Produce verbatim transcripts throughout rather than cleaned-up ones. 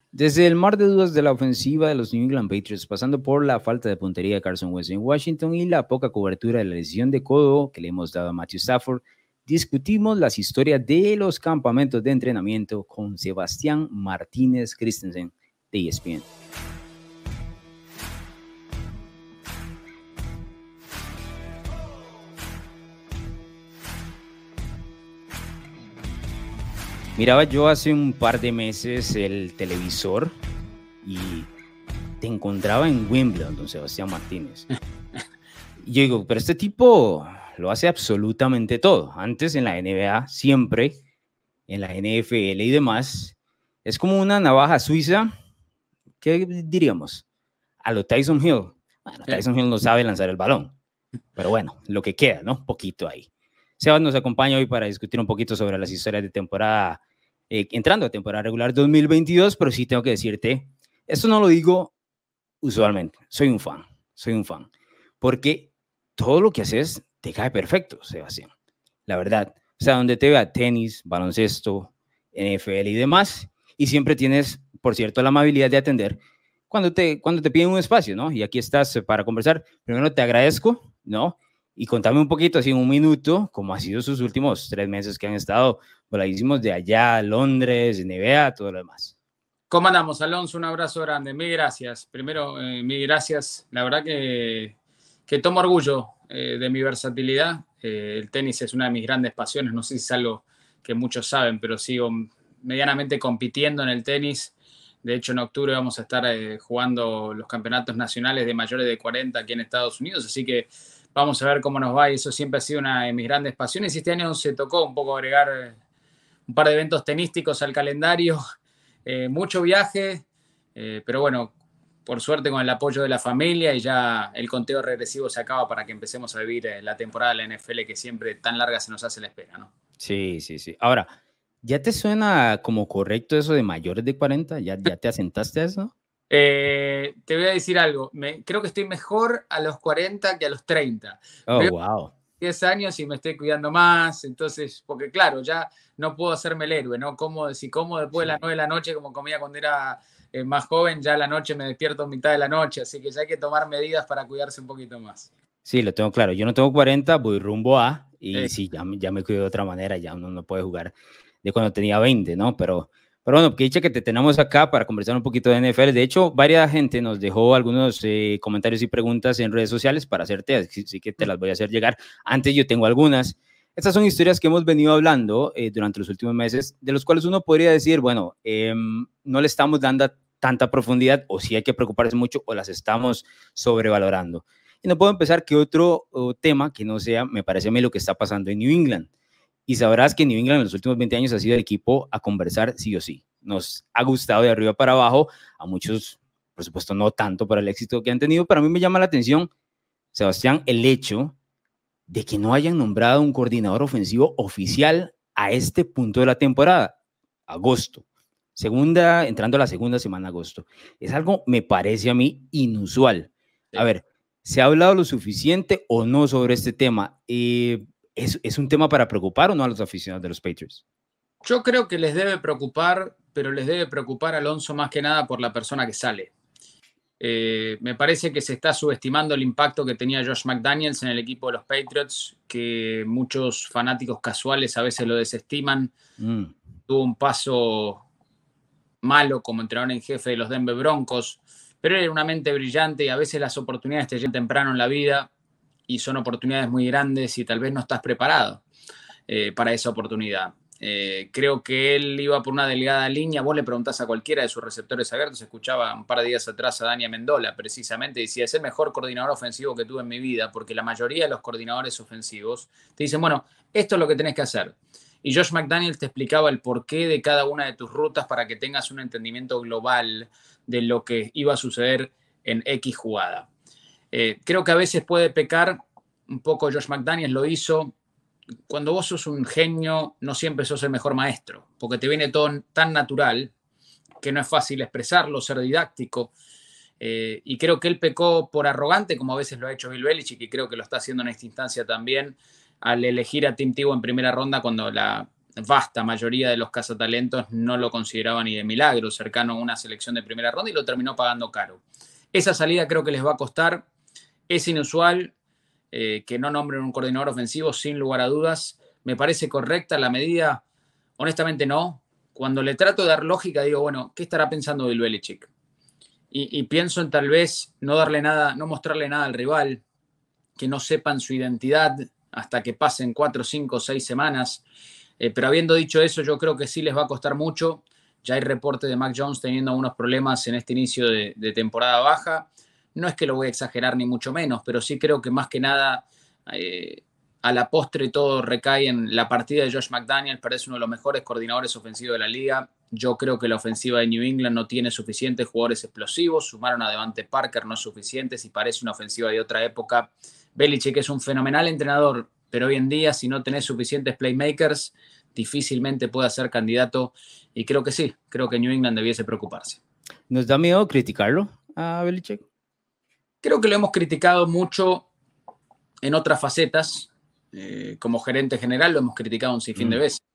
Desde el mar de dudas de la ofensiva de los New England Patriots, pasando por la falta de puntería de Carson Wentz en Washington y la poca cobertura de la lesión de codo que le hemos dado a Matthew Stafford, discutimos las historias de los campamentos de entrenamiento con Sebastián Martínez Christensen de E S P N. Miraba yo hace un par de meses el televisor y te encontraba en Wimbledon, don Sebastián Martínez. Y yo digo, pero este tipo lo hace absolutamente todo. Antes en la N B A, siempre, en la N F L y demás, es como una navaja suiza, ¿qué diríamos? A lo Tyson Hill. Bueno, Tyson Hill no sabe lanzar el balón, pero bueno, lo que queda, ¿no? Poquito ahí. Sebas nos acompaña hoy para discutir un poquito sobre las historias de temporada, eh, entrando a temporada regular dos mil veintidós, pero sí tengo que decirte, esto no lo digo usualmente, soy un fan, soy un fan, porque todo lo que haces te cae perfecto, Sebastián, la verdad. O sea, donde te vea tenis, baloncesto, N F L y demás, y siempre tienes, por cierto, la amabilidad de atender cuando te, cuando te piden un espacio, ¿no? Y aquí estás para conversar. Primero te agradezco, ¿no? Y contame un poquito, así en un minuto, cómo ha sido sus últimos tres meses que han estado voladísimos de allá, Londres, N B A, todo lo demás. ¿Cómo andamos, Alonso? Un abrazo grande. Mil gracias. Primero, eh, mil gracias. La verdad que, que tomo orgullo eh, de mi versatilidad. Eh, el tenis es una de mis grandes pasiones. No sé si es algo que muchos saben, pero sigo medianamente compitiendo en el tenis. De hecho, en octubre vamos a estar eh, jugando los campeonatos nacionales de mayores de cuarenta aquí en Estados Unidos. Así que vamos a ver cómo nos va. Y eso siempre ha sido una de mis grandes pasiones. Y este año se tocó un poco agregar eh, un par de eventos tenísticos al calendario. Eh, mucho viaje, eh, pero bueno, por suerte con el apoyo de la familia y ya el conteo regresivo se acaba para que empecemos a vivir eh, la temporada de la N F L que siempre tan larga se nos hace la espera, ¿no? Sí, sí, sí. Ahora, ¿ya te suena como correcto eso de mayores de cuarenta? ¿Ya, ya te asentaste a eso? Eh, te voy a decir algo, me, creo que estoy mejor a los cuarenta que a los treinta. Oh, Veo wow. diez años y me estoy cuidando más, entonces, porque claro, ya no puedo hacerme el héroe, ¿no? Como, si como después Sí. de las nueve de la noche, como comía cuando era eh, más joven, ya a la noche me despierto a mitad de la noche, así que ya hay que tomar medidas para cuidarse un poquito más. Sí, lo tengo claro. Yo no tengo cuarenta, voy rumbo a, y Eh, sí, ya, me- ya me cuido de otra manera, ya uno no puede jugar de cuando tenía veinte, ¿no? Pero, pero bueno, que dicha que te tenemos acá para conversar un poquito de N F L. De hecho, varias gente nos dejó algunos eh, comentarios y preguntas en redes sociales para hacerte, así, así que te las voy a hacer llegar. Antes yo tengo algunas. Estas son historias que hemos venido hablando eh, durante los últimos meses, de los cuales uno podría decir, bueno, eh, no le estamos dando tanta profundidad, o si hay que preocuparse mucho, o las estamos sobrevalorando. Y no puedo empezar que otro uh, tema que no sea, me parece a mí, lo que está pasando en New England. Y sabrás que New England en los últimos veinte años ha sido el equipo a conversar sí o sí. Nos ha gustado de arriba para abajo, a muchos, por supuesto, no tanto para el éxito que han tenido, pero a mí me llama la atención, Sebastián, el hecho de que no hayan nombrado un coordinador ofensivo oficial a este punto de la temporada, agosto. Segunda, entrando a la segunda semana de agosto. Es algo, me parece a mí, inusual. A ver, ¿se ha hablado lo suficiente o no sobre este tema? Eh, ¿es, ¿Es un tema para preocupar o no a los aficionados de los Patriots? yo creo que les debe preocupar, pero les debe preocupar a Alonso más que nada por la persona que sale. Eh, me parece que se está subestimando el impacto que tenía Josh McDaniels en el equipo de los Patriots, que muchos fanáticos casuales a veces lo desestiman. Mm. Tuvo un paso malo como entrenador en jefe de los Denver Broncos, pero era una mente brillante y a veces las oportunidades te llegan temprano en la vida y son oportunidades muy grandes y tal vez no estás preparado eh, para esa oportunidad. Eh, creo que él iba por una delgada línea. Vos le preguntás a cualquiera de sus receptores abiertos, escuchaba un par de días atrás a Dani Amendola, precisamente, decía, es el mejor coordinador ofensivo que tuve en mi vida, porque la mayoría de los coordinadores ofensivos te dicen, bueno, esto es lo que tenés que hacer. Y Josh McDaniels te explicaba el porqué de cada una de tus rutas para que tengas un entendimiento global de lo que iba a suceder en X jugada. Eh, creo que a veces puede pecar, un poco Josh McDaniels lo hizo, cuando vos sos un genio, no siempre sos el mejor maestro, porque te viene todo tan natural que no es fácil expresarlo, ser didáctico. Eh, y creo que él pecó por arrogante, como a veces lo ha hecho Bill Belichick, y creo que lo está haciendo en esta instancia también, al elegir a Tim Tebow en primera ronda cuando la, vasta mayoría de los cazatalentos no lo consideraban ni de milagro, cercano a una selección de primera ronda, y lo terminó pagando caro. Esa salida creo que les va a costar. Es inusual eh, que no nombren un coordinador ofensivo, sin lugar a dudas. Me parece correcta la medida. Honestamente no. Cuando le trato de dar lógica, digo, bueno, ¿qué estará pensando Bill Belichick? Y, y pienso en tal vez no darle nada, no mostrarle nada al rival, que no sepan su identidad hasta que pasen cuatro, cinco, seis semanas. Eh, pero habiendo dicho eso, yo creo que sí les va a costar mucho. Ya hay reporte de Mac Jones teniendo algunos problemas en este inicio de, de temporada baja. No es que lo voy a exagerar ni mucho menos, pero sí creo que más que nada eh, a la postre todo recae en la partida de Josh McDaniels. Parece uno de los mejores coordinadores ofensivos de la liga. Yo creo que la ofensiva de New England no tiene suficientes jugadores explosivos. Sumaron a Devante Parker, no suficientes, y parece una ofensiva de otra época. Belichick es un fenomenal entrenador, pero hoy en día, si no tenés suficientes playmakers, difícilmente pueda ser candidato. Y creo que sí, creo que New England debiese preocuparse. ¿Nos da miedo criticarlo a Belichick? Creo que lo hemos criticado mucho en otras facetas. Eh, como gerente general lo hemos criticado un sinfín mm. de veces.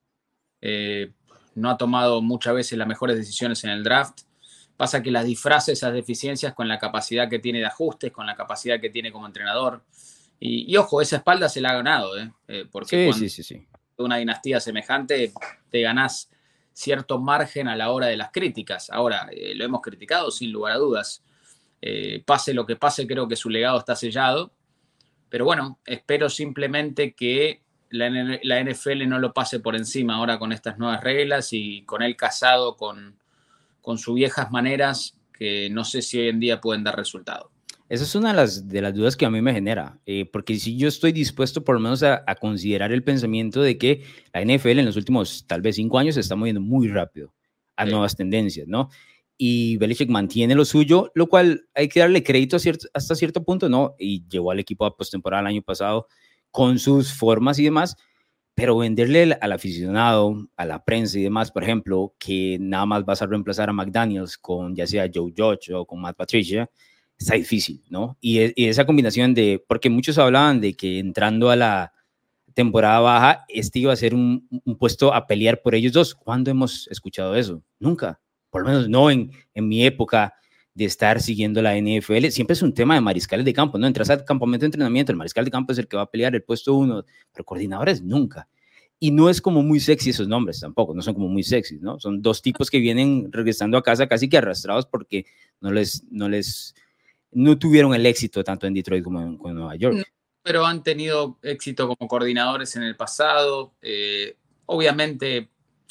Eh, no ha tomado muchas veces las mejores decisiones en el draft. Pasa que las disfraza esas deficiencias con la capacidad que tiene de ajustes, con la capacidad que tiene como entrenador. Y, y ojo, esa espalda se la ha ganado, ¿eh? Eh, porque sí, cuando sí, sí, sí. una dinastía semejante te ganás cierto margen a la hora de las críticas. Ahora, eh, lo hemos criticado sin lugar a dudas. Eh, pase lo que pase, creo que su legado está sellado. Pero bueno, espero simplemente que la, la N F L no lo pase por encima ahora con estas nuevas reglas y con él casado con, con sus viejas maneras, que no sé si hoy en día pueden dar resultado. Esa es una de las, de las dudas que a mí me genera, eh, porque si yo estoy dispuesto por lo menos a, a considerar el pensamiento de que la N F L en los últimos tal vez cinco años se está moviendo muy rápido a sí. nuevas tendencias, ¿no? Y Belichick mantiene lo suyo, lo cual hay que darle crédito a cierto, hasta cierto punto, ¿no? Y llevó al equipo a postemporada el año pasado con sus formas y demás, pero venderle al aficionado, a la prensa y demás, por ejemplo, que nada más vas a reemplazar a McDaniels con ya sea Joe Judge o con Matt Patricia, está difícil, ¿no? Y, y esa combinación de, porque muchos hablaban de que entrando a la temporada baja, este iba a ser un, un puesto a pelear por ellos dos. ¿Cuándo hemos escuchado eso? Nunca. Por lo menos no en, en mi época de estar siguiendo la N F L. Siempre es un tema de mariscales de campo, ¿no? Entras al campamento de entrenamiento, el mariscal de campo es el que va a pelear el puesto uno, pero coordinadores nunca. Y no es como muy sexy esos nombres tampoco, no son como muy sexy, ¿no? Son dos tipos que vienen regresando a casa casi que arrastrados porque no les... No les no tuvieron el éxito tanto en Detroit como en, como en Nueva York. Pero han tenido éxito como coordinadores en el pasado. Eh, obviamente,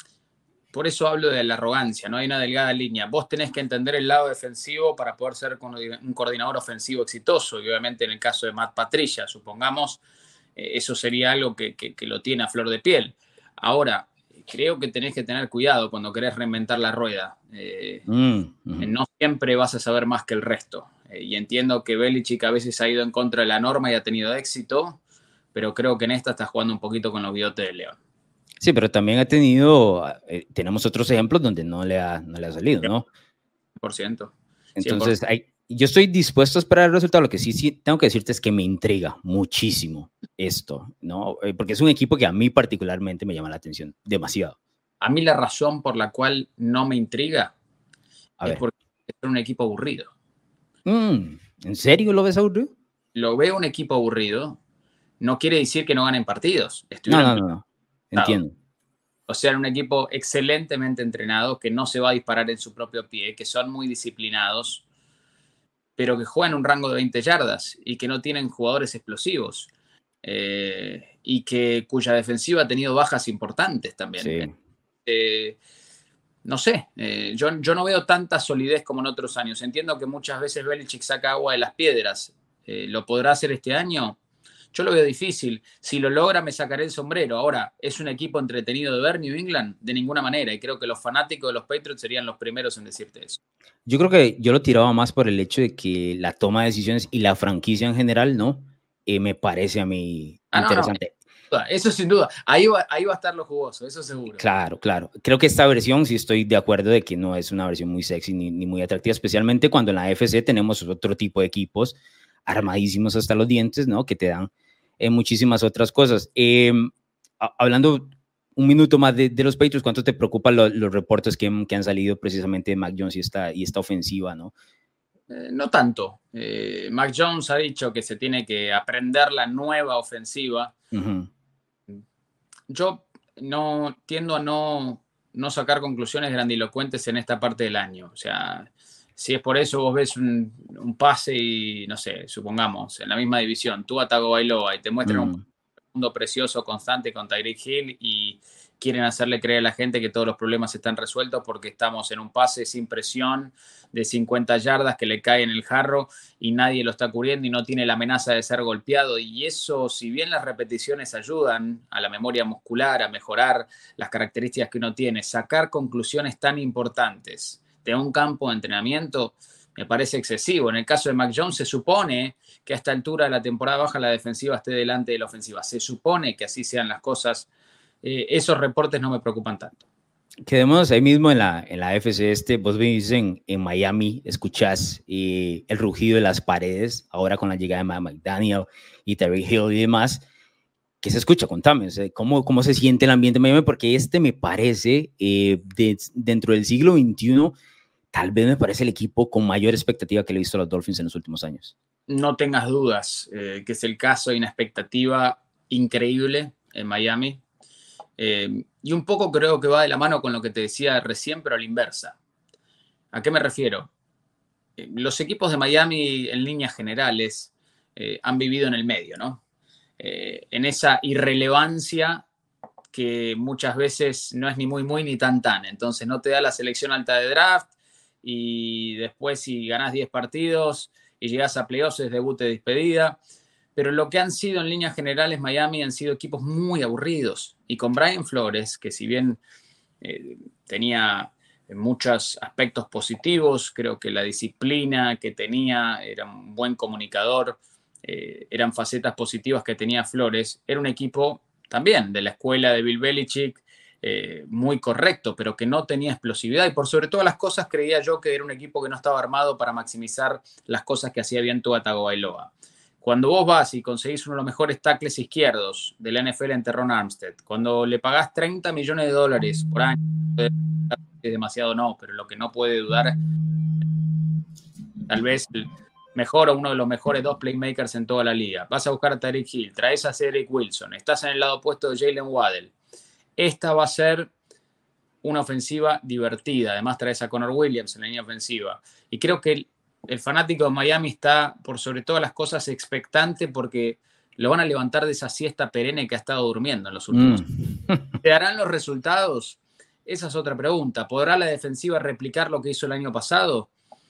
por eso hablo de la arrogancia, no hay una delgada línea. Vos tenés que entender el lado defensivo para poder ser un coordinador ofensivo exitoso. Y obviamente en el caso de Matt Patricia, supongamos, eh, eso sería algo que, que, que lo tiene a flor de piel. Ahora, creo que tenés que tener cuidado cuando querés reinventar la rueda. Eh, mm, mm. No siempre vas a saber más que el resto. Y entiendo que Belichick a veces ha ido en contra de la norma y ha tenido éxito, pero creo que en esta está jugando un poquito con los bigotes de león. Sí, pero también ha tenido, eh, tenemos otros ejemplos donde no le ha, no le ha salido, ¿no? cien por ciento. Entonces, hay, yo estoy dispuesto a esperar el resultado. Lo que sí, sí tengo que decirte es que me intriga muchísimo esto, ¿no? Porque es un equipo que a mí particularmente me llama la atención demasiado. A mí la razón por la cual no me intriga a es ver. porque es un equipo aburrido. Mm, ¿En serio lo ves aburrido? Lo veo un equipo aburrido. No quiere decir que no ganen partidos. No, no, no, no. Entiendo. O sea, un equipo excelentemente entrenado, que no se va a disparar en su propio pie, que son muy disciplinados, pero que juegan un rango de veinte yardas y que no tienen jugadores explosivos. Eh, y que cuya defensiva ha tenido bajas importantes también. Sí. Eh, no sé, eh, yo, yo no veo tanta solidez como en otros años. Entiendo que muchas veces Belichick saca agua de las piedras. Eh, ¿Lo podrá hacer este año? Yo lo veo difícil. Si lo logra, me sacaré el sombrero. Ahora, ¿es un equipo entretenido de ver New England? De ninguna manera. Y creo que los fanáticos de los Patriots serían los primeros en decirte eso. Yo creo que yo lo tiraba más por el hecho de que la toma de decisiones y la franquicia en general, ¿no? Eh, me parece a mí ah, interesante. No, no. Eso sin duda. Ahí va, ahí va a estar lo jugoso, eso seguro. Claro, claro. Creo que esta versión sí estoy de acuerdo de que no es una versión muy sexy ni, ni muy atractiva, especialmente cuando en la A F C tenemos otro tipo de equipos armadísimos hasta los dientes, ¿no? Que te dan eh, muchísimas otras cosas. Eh, hablando un minuto más de, de los Patriots, ¿cuánto te preocupan lo, los reportes que, que han salido precisamente de Mac Jones y esta, y esta ofensiva, ¿no? Eh, no tanto. Eh, Mac Jones ha dicho que se tiene que aprender la nueva ofensiva. Uh-huh. Yo no tiendo a no, no sacar conclusiones grandilocuentes en esta parte del año. O sea, si es por eso vos ves un, un pase y, no sé, supongamos, en la misma división, Tua Tagovailoa y te muestran uh-huh. un mundo precioso, constante con Tyreek Hill y quieren hacerle creer a la gente que todos los problemas están resueltos porque estamos en un pase sin presión de cincuenta yardas que le cae en el jarro y nadie lo está cubriendo y no tiene la amenaza de ser golpeado. Y eso, si bien las repeticiones ayudan a la memoria muscular, a mejorar las características que uno tiene, sacar conclusiones tan importantes de un campo de entrenamiento me parece excesivo. En el caso de Mac Jones se supone que a esta altura de la temporada baja la defensiva esté delante de la ofensiva. Se supone que así sean las cosas. Eh, esos reportes no me preocupan tanto. Quedémonos ahí mismo en la, en la A F C este. Vos vivís en, en Miami, escuchás eh, el rugido de las paredes, ahora con la llegada de Mike McDaniel y Tyreek Hill y demás. ¿Qué se escucha? Contame, ¿cómo, cómo se siente el ambiente en Miami? Porque este me parece, eh, de, dentro del siglo veintiuno, tal vez me parece el equipo con mayor expectativa que le he visto a los Dolphins en los últimos años. No tengas dudas eh, que es el caso. Hay una expectativa increíble en Miami. Eh, y un poco creo que va de la mano con lo que te decía recién, pero a la inversa. ¿A qué me refiero? Eh, los equipos de Miami, en líneas generales, eh, han vivido en el medio, ¿no? Eh, en esa irrelevancia que muchas veces no es ni muy, muy, ni tan, tan. Entonces no te da la selección alta de draft y después si ganás diez partidos y llegás a playoffs es debut de despedida. Pero lo que han sido en líneas generales Miami han sido equipos muy aburridos. Y con Brian Flores, que si bien eh, tenía muchos aspectos positivos, creo que la disciplina que tenía, era un buen comunicador, eh, eran facetas positivas que tenía Flores, era un equipo también de la escuela de Bill Belichick, eh, muy correcto, pero que no tenía explosividad. Y por sobre todas las cosas creía yo que era un equipo que no estaba armado para maximizar las cosas que hacía bien Tua Tagovailoa. Cuando vos vas y conseguís uno de los mejores tackles izquierdos de la N F L en Terron Armstead, cuando le pagás treinta millones de dólares por año, es demasiado no, pero lo que no puede dudar, tal vez el mejor o uno de los mejores dos playmakers en toda la liga. Vas a buscar a Tyreek Hill, traes a Cedric Wilson, estás en el lado opuesto de Jalen Waddell. Esta va a ser una ofensiva divertida. Además traes a Connor Williams en la línea ofensiva. Y creo que el El fanático de Miami está, por sobre todas las cosas, expectante porque lo van a levantar de esa siesta perenne que ha estado durmiendo en los últimos años. Mm. ¿Te darán los resultados? Esa es otra pregunta. ¿Podrá la defensiva replicar lo que hizo el año pasado?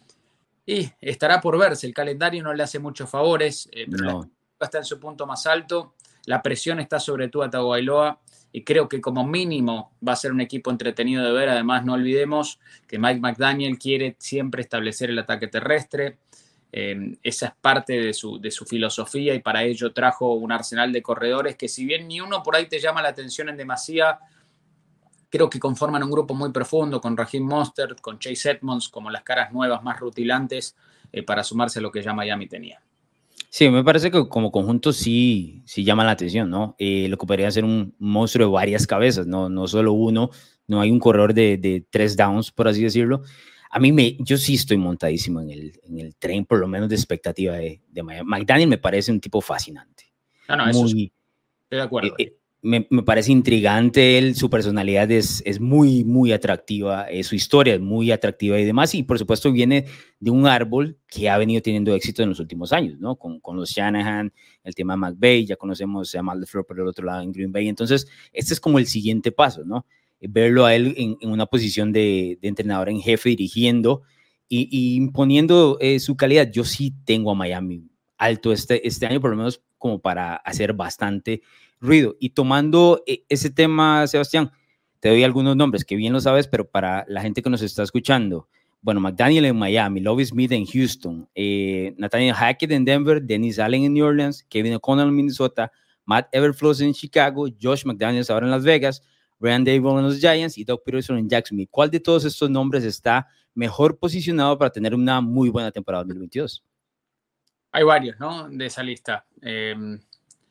Y estará por verse. El calendario no le hace muchos favores, eh, pero no. La está en su punto más alto. La presión está sobre Tua Tagovailoa. Y creo que como mínimo va a ser un equipo entretenido de ver. Además, no olvidemos que Mike McDaniel quiere siempre establecer el ataque terrestre. Eh, esa es parte de su, de su filosofía y para ello trajo un arsenal de corredores que si bien ni uno por ahí te llama la atención en demasía, creo que conforman un grupo muy profundo con Raheem Mostert, con Chase Edmonds, como las caras nuevas más rutilantes eh, para sumarse a lo que ya Miami tenía. Sí, me parece que como conjunto sí, sí llama la atención, ¿no? Eh, lo que podría ser un monstruo de varias cabezas, no, no solo uno, no hay un corredor de, de tres downs, por así decirlo. A mí, me, yo sí estoy montadísimo en el, en el tren, por lo menos de expectativa de, de Miami. McDaniel me parece un tipo fascinante. No, no, eso sí, estoy de acuerdo. Eh, eh, me, me parece intrigante él, su personalidad es, es muy, muy atractiva, eh, su historia es muy atractiva y demás, y por supuesto viene de un árbol que ha venido teniendo éxito en los últimos años, ¿no? Con, con los Shanahan, el tema McVay, ya conocemos a Matt LaFleur por el otro lado en Green Bay, entonces este es como el siguiente paso, ¿no? Verlo a él en, en una posición de, de entrenador en jefe, dirigiendo y, y imponiendo eh, su calidad. Yo sí tengo a Miami alto este, este año, por lo menos como para hacer bastante ruido. Y tomando ese tema, Sebastián, te doy algunos nombres que bien lo sabes, pero para la gente que nos está escuchando, bueno, McDaniel en Miami, Lovie Smith en Houston, eh, Nathaniel Hackett en Denver, Dennis Allen en New Orleans, Kevin O'Connell en Minnesota, Matt Eberflus en Chicago, Josh McDaniels ahora en Las Vegas, Ryan Daboll en los Giants y Doug Peterson en Jacksonville. ¿Cuál de todos estos nombres está mejor posicionado para tener una muy buena temporada dos mil veintidós? Hay varios, ¿no? De esa lista. Eh,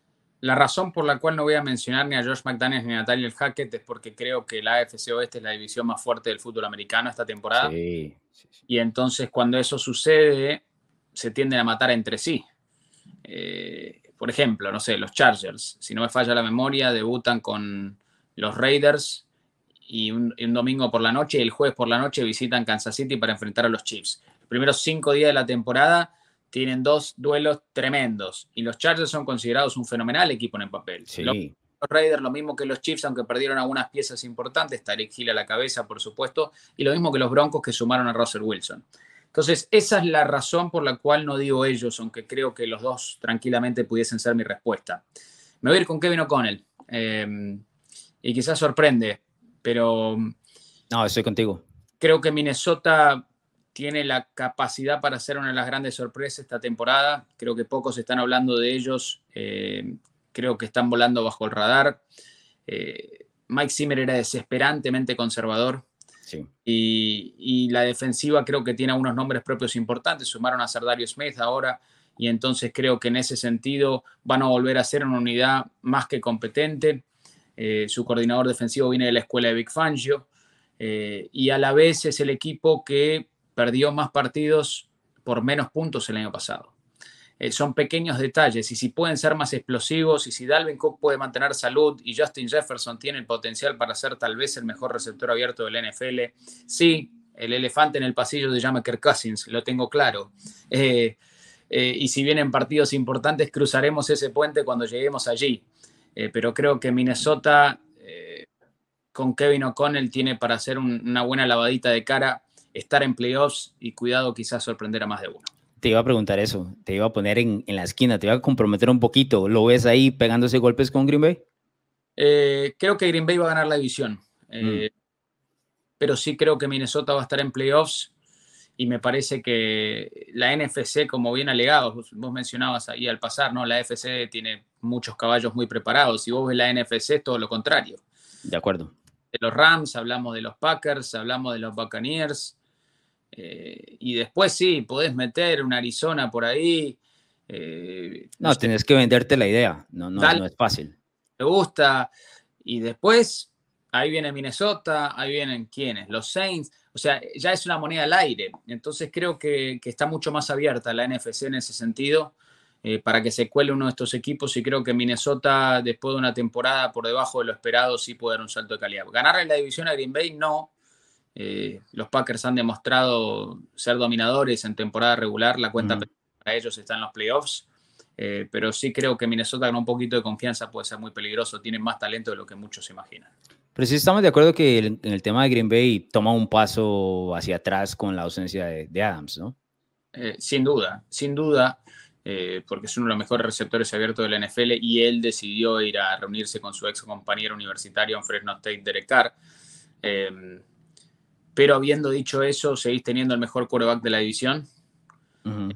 La razón por la cual no voy a mencionar ni a Josh McDaniels ni a Nathaniel Hackett es porque creo que la A F C Oeste es la división más fuerte del fútbol americano esta temporada. Sí, sí, sí. Y entonces cuando eso sucede, se tienden a matar entre sí. Eh, por ejemplo, no sé, los Chargers, si no me falla la memoria, debutan con los Raiders y un, y un domingo por la noche y el jueves por la noche visitan Kansas City para enfrentar a los Chiefs. Los primeros cinco días de la temporada tienen dos duelos tremendos y los Chargers son considerados un fenomenal equipo en el papel. Sí. Los, los Raiders, lo mismo que los Chiefs, aunque perdieron algunas piezas importantes, Tyreek Hill a la cabeza, por supuesto, y lo mismo que los Broncos que sumaron a Russell Wilson. Entonces, esa es la razón por la cual no digo ellos, aunque creo que los dos tranquilamente pudiesen ser mi respuesta. Me voy a ir con Kevin O'Connell. Eh, y quizás sorprende, pero... No, estoy contigo. Creo que Minnesota tiene la capacidad para ser una de las grandes sorpresas esta temporada. Creo que pocos están hablando de ellos. Eh, creo que están volando bajo el radar. Eh, Mike Zimmer era desesperantemente conservador. Sí. Y, y la defensiva creo que tiene algunos nombres propios importantes. Sumaron a Sardario Smith ahora y entonces creo que en ese sentido van a volver a ser una unidad más que competente. Eh, su coordinador defensivo viene de la escuela de Vic Fangio eh, y a la vez es el equipo que perdió más partidos por menos puntos el año pasado. Eh, son pequeños detalles y si pueden ser más explosivos y si Dalvin Cook puede mantener salud y Justin Jefferson tiene el potencial para ser tal vez el mejor receptor abierto del N F L, sí, el elefante en el pasillo se llama Kirk Cousins, lo tengo claro. Eh, eh, y si vienen partidos importantes, cruzaremos ese puente cuando lleguemos allí. Eh, pero creo que Minnesota eh, con Kevin O'Connell tiene para hacer un, una buena lavadita de cara, estar en playoffs y cuidado quizás sorprender a más de uno. Te iba a preguntar eso, te iba a poner en, en la esquina, te iba a comprometer un poquito. ¿Lo ves ahí pegándose golpes con Green Bay? Eh, creo que Green Bay va a ganar la división, eh, mm. pero sí creo que Minnesota va a estar en playoffs y me parece que la N F C, como bien alegado, vos, vos mencionabas ahí al pasar, ¿no? La N F C tiene muchos caballos muy preparados y vos ves la N F C es todo lo contrario. De acuerdo. De los Rams, hablamos de los Packers, hablamos de los Buccaneers. Eh, y después sí, podés meter un Arizona por ahí. Eh, no, no sé, tenés que venderte la idea, no, no, no es fácil. Me gusta. Y después, ahí viene Minnesota, ahí vienen ¿quiénes? Los Saints. O sea, ya es una moneda al aire. Entonces creo que, que está mucho más abierta la N F C en ese sentido eh, para que se cuele uno de estos equipos. Y creo que Minnesota, después de una temporada por debajo de lo esperado, sí puede dar un salto de calidad. Ganarle la división a Green Bay, no. Eh, los Packers han demostrado ser dominadores en temporada regular, la cuenta uh-huh. para ellos está en los playoffs, eh, pero sí creo que Minnesota con un poquito de confianza puede ser muy peligroso, tiene más talento de lo que muchos se imaginan. Pero sí estamos de acuerdo que el, en el tema de Green Bay toma un paso hacia atrás con la ausencia de, de Adams, ¿no? Eh, sin duda, sin duda, eh, porque es uno de los mejores receptores abiertos de la N F L y él decidió ir a reunirse con su ex compañero universitario en Fresno State, Derek Carr. Eh, Pero habiendo dicho eso, seguís teniendo el mejor quarterback de la división. Uh-huh.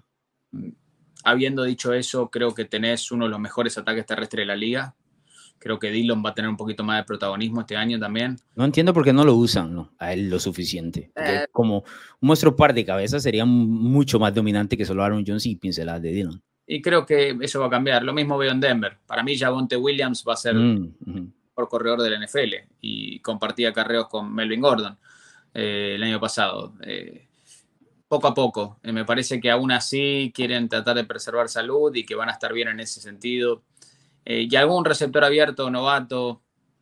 Habiendo dicho eso, creo que tenés uno de los mejores ataques terrestres de la liga. Creo que Dillon va a tener un poquito más de protagonismo este año también. No entiendo por qué no lo usan, ¿no? A él lo suficiente. Eh, como un monstruo par de cabezas sería mucho más dominante que solo Aaron Jones y pinceladas de Dillon. Y creo que eso va a cambiar. Lo mismo veo en Denver. Para mí, Javonte Williams va a ser mm, uh-huh. el mejor corredor de la N F L y compartía carreos con Melvin Gordon. Eh, el año pasado. Eh, poco a poco. Eh, me parece que aún así quieren tratar de preservar salud y que van a estar bien en ese sentido. Eh, y algún receptor abierto, novato,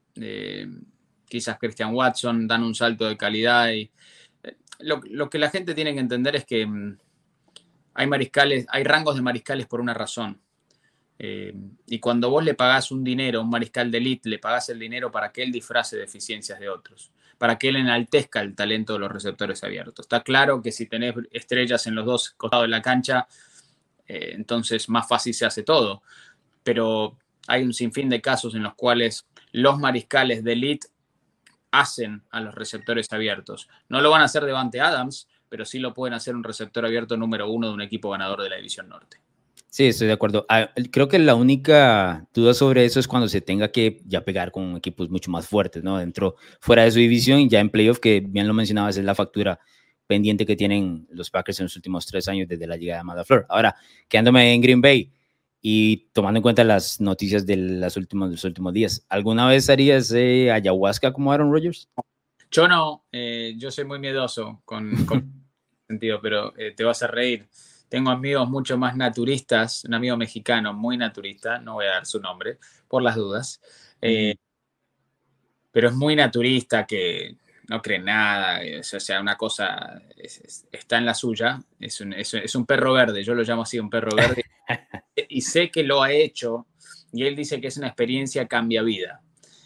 eh, quizás Christian Watson, dan un salto de calidad. Y, eh, lo, lo que la gente tiene que entender es que mmm, hay mariscales, hay rangos de mariscales por una razón. Eh, y cuando vos le pagás un dinero a un mariscal de elite, le pagás el dinero para que él disfrace deficiencias de otros, para que él enaltezca el talento de los receptores abiertos. Está claro que si tenés estrellas en los dos costados de la cancha, eh, entonces más fácil se hace todo. Pero hay un sinfín de casos en los cuales los mariscales de elite hacen a los receptores abiertos. No lo van a hacer Davante Adams, pero sí lo pueden hacer un receptor abierto número uno de un equipo ganador de la División Norte. Sí, estoy de acuerdo. Ah, creo que la única duda sobre eso es cuando se tenga que ya pegar con equipos mucho más fuertes, ¿no? Dentro, fuera de su división y ya en playoff, que bien lo mencionabas, es la factura pendiente que tienen los Packers en los últimos tres años desde la llegada de Matt LaFleur. Ahora, quedándome en Green Bay Y tomando en cuenta las noticias de, las últimas, de los últimos días, ¿alguna vez harías eh, ayahuasca como Aaron Rodgers? Yo no, eh, yo soy muy miedoso con, con sentido, pero eh, te vas a reír. Tengo amigos mucho más naturistas, un amigo mexicano muy naturista, no voy a dar su nombre por las dudas, eh, mm. pero es muy naturista, que no cree nada, o sea, una cosa es, es, está en la suya, es un, es, es un perro verde, yo lo llamo así, un perro verde, y sé que lo ha hecho, y él dice que es una experiencia cambia vida.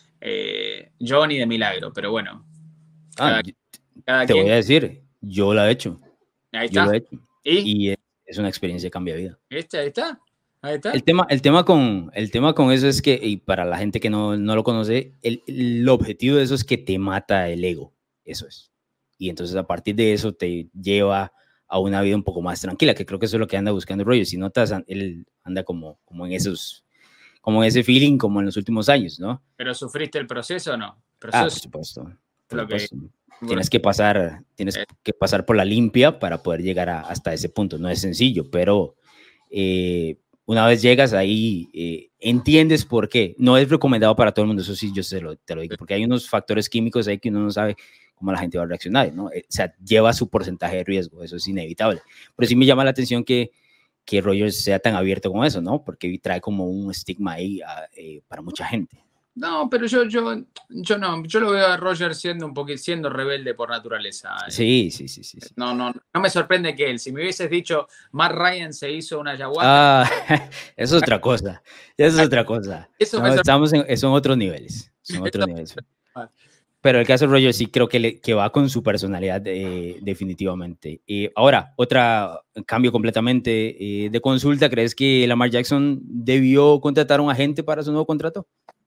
Eh, yo ni de milagro, pero bueno. Cada, ah, cada te quien... voy a decir, yo lo he hecho. Ahí está. Yo lo he hecho. ¿Y? Y es una experiencia cambia vida. ¿Viste? Ahí está. Ahí está. El tema, el tema, con, el tema con eso es que, y para la gente que no, no lo conoce, el, el objetivo de eso es que te mata el ego. Eso es. Y entonces a partir de eso te lleva a una vida un poco más tranquila, que creo que eso es lo que anda buscando Rodgers. Si notas, él anda como, como en esos, como en ese feeling como en los últimos años, ¿no? ¿Pero sufriste el proceso o no? ¿Proceso? Ah, por supuesto. Por supuesto. Que... Tienes que pasar, tienes eh. que pasar por la limpia para poder llegar a, hasta ese punto. No es sencillo, pero eh, una vez llegas ahí, eh, entiendes por qué. No es recomendado para todo el mundo, eso sí, yo te lo, te lo digo, porque hay unos factores químicos ahí que uno no sabe cómo la gente va a reaccionar, ¿no? O sea, lleva su porcentaje de riesgo, eso es inevitable. Pero sí me llama la atención que, que Rodgers sea tan abierto con eso, ¿no? Porque trae como un estigma ahí a, eh, para mucha gente. No, pero yo, yo, yo no, yo lo veo a Rodgers siendo un poquito, siendo rebelde por naturaleza. Sí, sí, sí, sí, sí. No, no, no me sorprende que él, si me hubieses dicho, Matt Ryan se hizo una ayahuasca. Ah, eso es otra cosa, eso es otra cosa. Eso no, estamos en, son otros niveles, son otros niveles. Pero el caso de Rodgers sí creo que, le, que va con su personalidad eh, definitivamente. Eh, ahora, otro cambio completamente eh, de consulta. ¿Crees que Lamar Jackson debió contratar a un agente para su nuevo contrato?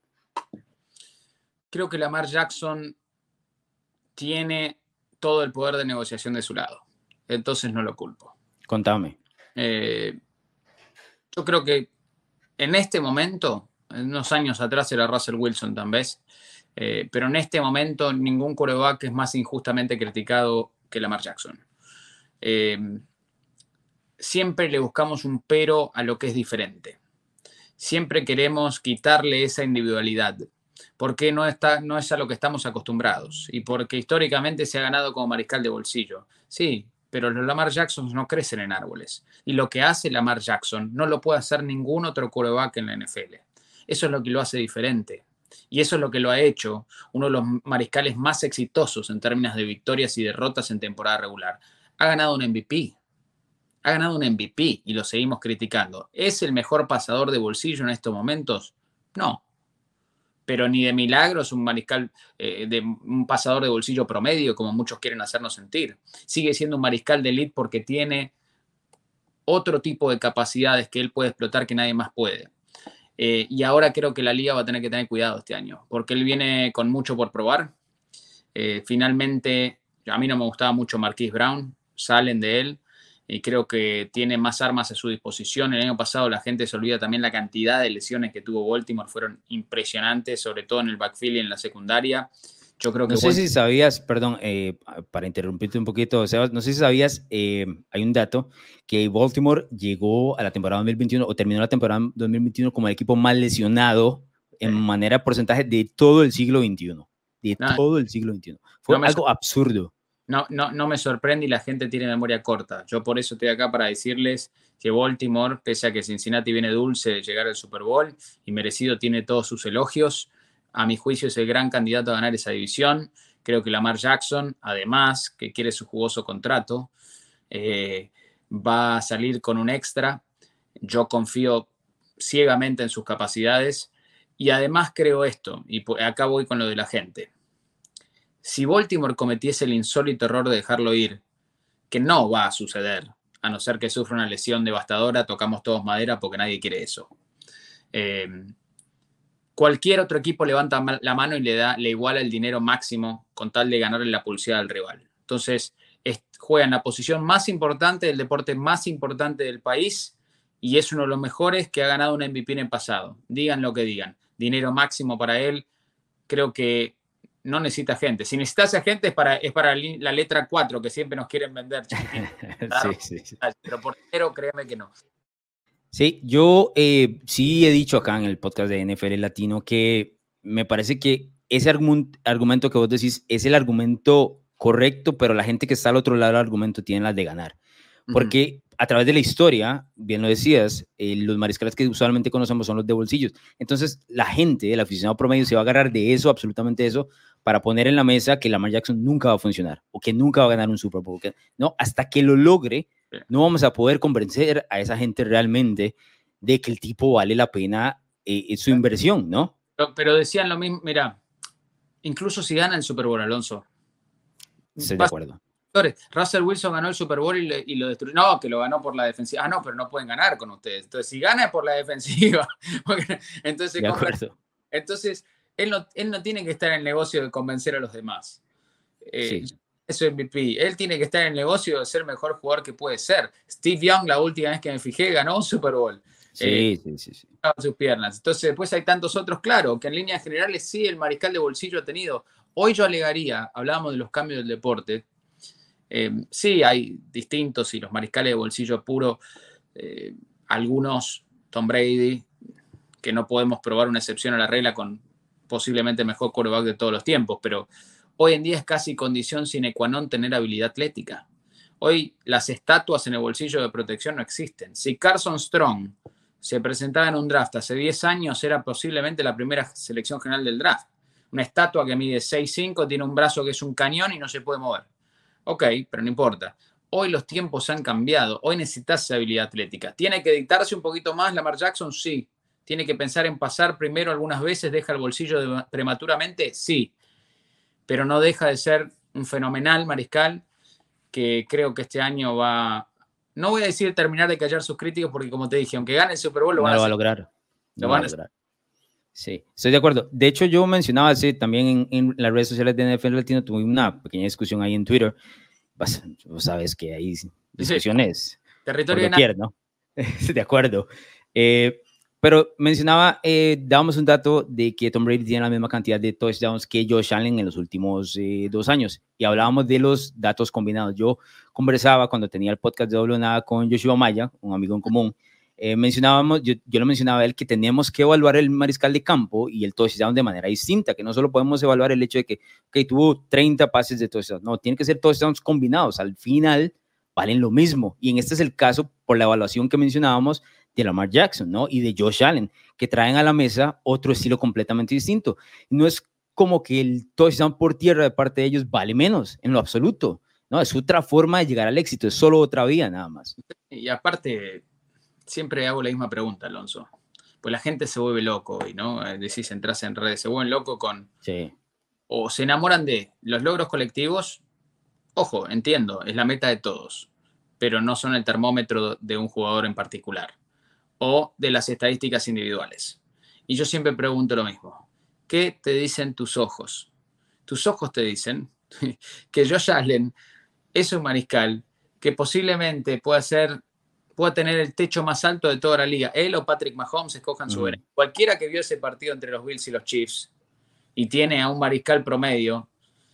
Creo que Lamar Jackson tiene todo el poder de negociación de su lado. Entonces no lo culpo. Contame. Eh, yo creo que en este momento, en unos años atrás era Russell Wilson tal vez, eh, pero en este momento ningún quarterback es más injustamente criticado que Lamar Jackson. Eh, siempre le buscamos un pero a lo que es diferente. Siempre queremos quitarle esa individualidad, porque no, está, no es a lo que estamos acostumbrados y porque históricamente se ha ganado como mariscal de bolsillo. Sí, pero los Lamar Jackson no crecen en árboles. Y lo que hace Lamar Jackson no lo puede hacer ningún otro quarterback en la N F L. Eso es lo que lo hace diferente. Y eso es lo que lo ha hecho uno de los mariscales más exitosos en términos de victorias y derrotas en temporada regular. Ha ganado un M V P. Ha ganado un M V P y lo seguimos criticando. ¿Es el mejor pasador de bolsillo en estos momentos? No. Pero ni de milagro es un mariscal, eh, de un pasador de bolsillo promedio, como muchos quieren hacernos sentir. Sigue siendo un mariscal de elite porque tiene otro tipo de capacidades que él puede explotar que nadie más puede. Eh, y ahora creo que la liga va a tener que tener cuidado este año, porque él viene con mucho por probar. Eh, finalmente, a mí no me gustaba mucho Marquise Brown, salen de él. Y creo que tiene más armas a su disposición. El año pasado la gente se olvida también la cantidad de lesiones que tuvo Baltimore. Fueron impresionantes, sobre todo en el backfield y en la secundaria. Yo creo que no sé Baltimore... si sabías, perdón, eh, para interrumpirte un poquito, Sebas, no sé si sabías, eh, hay un dato, que Baltimore llegó a la temporada dos mil veintiuno, o terminó la temporada dos mil veintiuno como el equipo más lesionado en sí. manera de porcentaje de todo el siglo veintiuno. De no, todo el siglo veintiuno. Fue no algo absurdo. No, no, no me sorprende y la gente tiene memoria corta. Yo por eso estoy acá para decirles que Baltimore, pese a que Cincinnati viene dulce de llegar al Super Bowl y merecido tiene todos sus elogios, a mi juicio es el gran candidato a ganar esa división. Creo que Lamar Jackson, además, que quiere su jugoso contrato, eh, va a salir con un extra. Yo confío ciegamente en sus capacidades y además creo esto, y acá voy con lo de la gente. Si Baltimore cometiese el insólito error de dejarlo ir, que no va a suceder, a no ser que sufra una lesión devastadora, tocamos todos madera porque nadie quiere eso. Eh, cualquier otro equipo levanta la mano y le da, le iguala el dinero máximo con tal de ganarle la pulseada al rival. Entonces, es, juega en la posición más importante del deporte más importante del país y es uno de los mejores que ha ganado un M V P en el pasado. Digan lo que digan. Dinero máximo para él. Creo que no necesita gente. Si necesitas a gente es para, es para la letra cuatro que siempre nos quieren vender. sí, sí, sí. Pero por dinero créeme que no. Sí, yo eh, sí he dicho acá en el podcast de N F L Latino que me parece que ese argument, argumento que vos decís es el argumento correcto, pero la gente que está al otro lado del argumento tiene las de ganar. Porque uh-huh. a través de la historia, bien lo decías, eh, los mariscales que usualmente conocemos son los de bolsillos. Entonces, la gente, el aficionado promedio, se va a agarrar de eso, absolutamente eso, para poner en la mesa que Lamar Jackson nunca va a funcionar o que nunca va a ganar un Super Bowl. Que, no, hasta que lo logre, no vamos a poder convencer a esa gente realmente de que el tipo vale la pena eh, su inversión, ¿no? Pero, pero decían lo mismo, mira, incluso si gana el Super Bowl, Alonso. Estoy de acuerdo. Russell Wilson ganó el Super Bowl y, le, y lo destruyó. No, que lo ganó por la defensiva. Ah, no, pero no pueden ganar con ustedes. Entonces, si gana es por la defensiva. entonces, de acuerdo. entonces él, no, él no tiene que estar en el negocio de convencer a los demás. Eh, sí. Eso es M V P. Él tiene que estar en el negocio de ser el mejor jugador que puede ser. Steve Young, la última vez que me fijé, ganó un Super Bowl. Sí, eh, sí, sí, sí. Sus piernas. Entonces, después hay tantos otros, claro, que en líneas generales sí, el mariscal de bolsillo ha tenido. Hoy yo alegaría, hablábamos de los cambios del deporte. Eh, sí, hay distintos y los mariscales de bolsillo puro, eh, algunos, Tom Brady, que no podemos probar una excepción a la regla con posiblemente el mejor quarterback de todos los tiempos, pero hoy en día es casi condición sine qua non tener habilidad atlética. Hoy las estatuas en el bolsillo de protección no existen. Si Carson Strong se presentaba en un draft hace diez años, era posiblemente la primera selección general del draft. Una estatua que mide seis cinco, tiene un brazo que es un cañón y no se puede mover. Ok, pero no importa. Hoy los tiempos han cambiado. Hoy necesitas esa habilidad atlética. ¿Tiene que dictarse un poquito más Lamar Jackson? Sí. ¿Tiene que pensar en pasar primero algunas veces? ¿Deja el bolsillo de, prematuramente? Sí. Pero no deja de ser un fenomenal mariscal que creo que este año va... No voy a decir terminar de callar sus críticos porque, como te dije, aunque gane el Super Bowl, lo no van lo a va a hacer. lograr. No lo van a lograr. Sí, estoy de acuerdo. De hecho, yo mencionaba así, también en, en las redes sociales de N F L Latino, tuve una pequeña discusión ahí en Twitter. Pues, vos sabes que hay discusiones sí. Territorio por doquier, ¿no? De acuerdo. Eh, pero mencionaba, eh, dábamos un dato de que Tom Brady tiene la misma cantidad de touchdowns que Josh Allen en los últimos eh, dos años. Y hablábamos de los datos combinados. Yo conversaba cuando tenía el podcast de Doble Nada con Yoshua Maya, un amigo en común. Eh, mencionábamos, yo, yo le mencionaba a él que teníamos que evaluar el mariscal de campo y el touchdown de manera distinta, que no solo podemos evaluar el hecho de que okay, tuvo treinta pases de touchdown, no, tienen que ser touchdowns combinados, al final valen lo mismo, y en este es el caso por la evaluación que mencionábamos de Lamar Jackson, ¿no? Y de Josh Allen, que traen a la mesa otro estilo completamente distinto. No es como que el touchdown por tierra de parte de ellos vale menos, en lo absoluto, ¿no? Es otra forma de llegar al éxito, es solo otra vía nada más. Y aparte... Siempre hago la misma pregunta, Alonso. Pues la gente se vuelve loco hoy, ¿no? Decís, entras en redes, se vuelven locos con... Sí. O se enamoran de los logros colectivos. Ojo, entiendo, es la meta de todos, pero no son el termómetro de un jugador en particular. O de las estadísticas individuales. Y yo siempre pregunto lo mismo. ¿Qué te dicen tus ojos? Tus ojos te dicen que Josh Allen es un mariscal que posiblemente pueda ser... pueda tener el techo más alto de toda la liga. Él o Patrick Mahomes escojan su verano. Mm. Cualquiera que vio ese partido entre los Bills y los Chiefs y tiene a un mariscal promedio,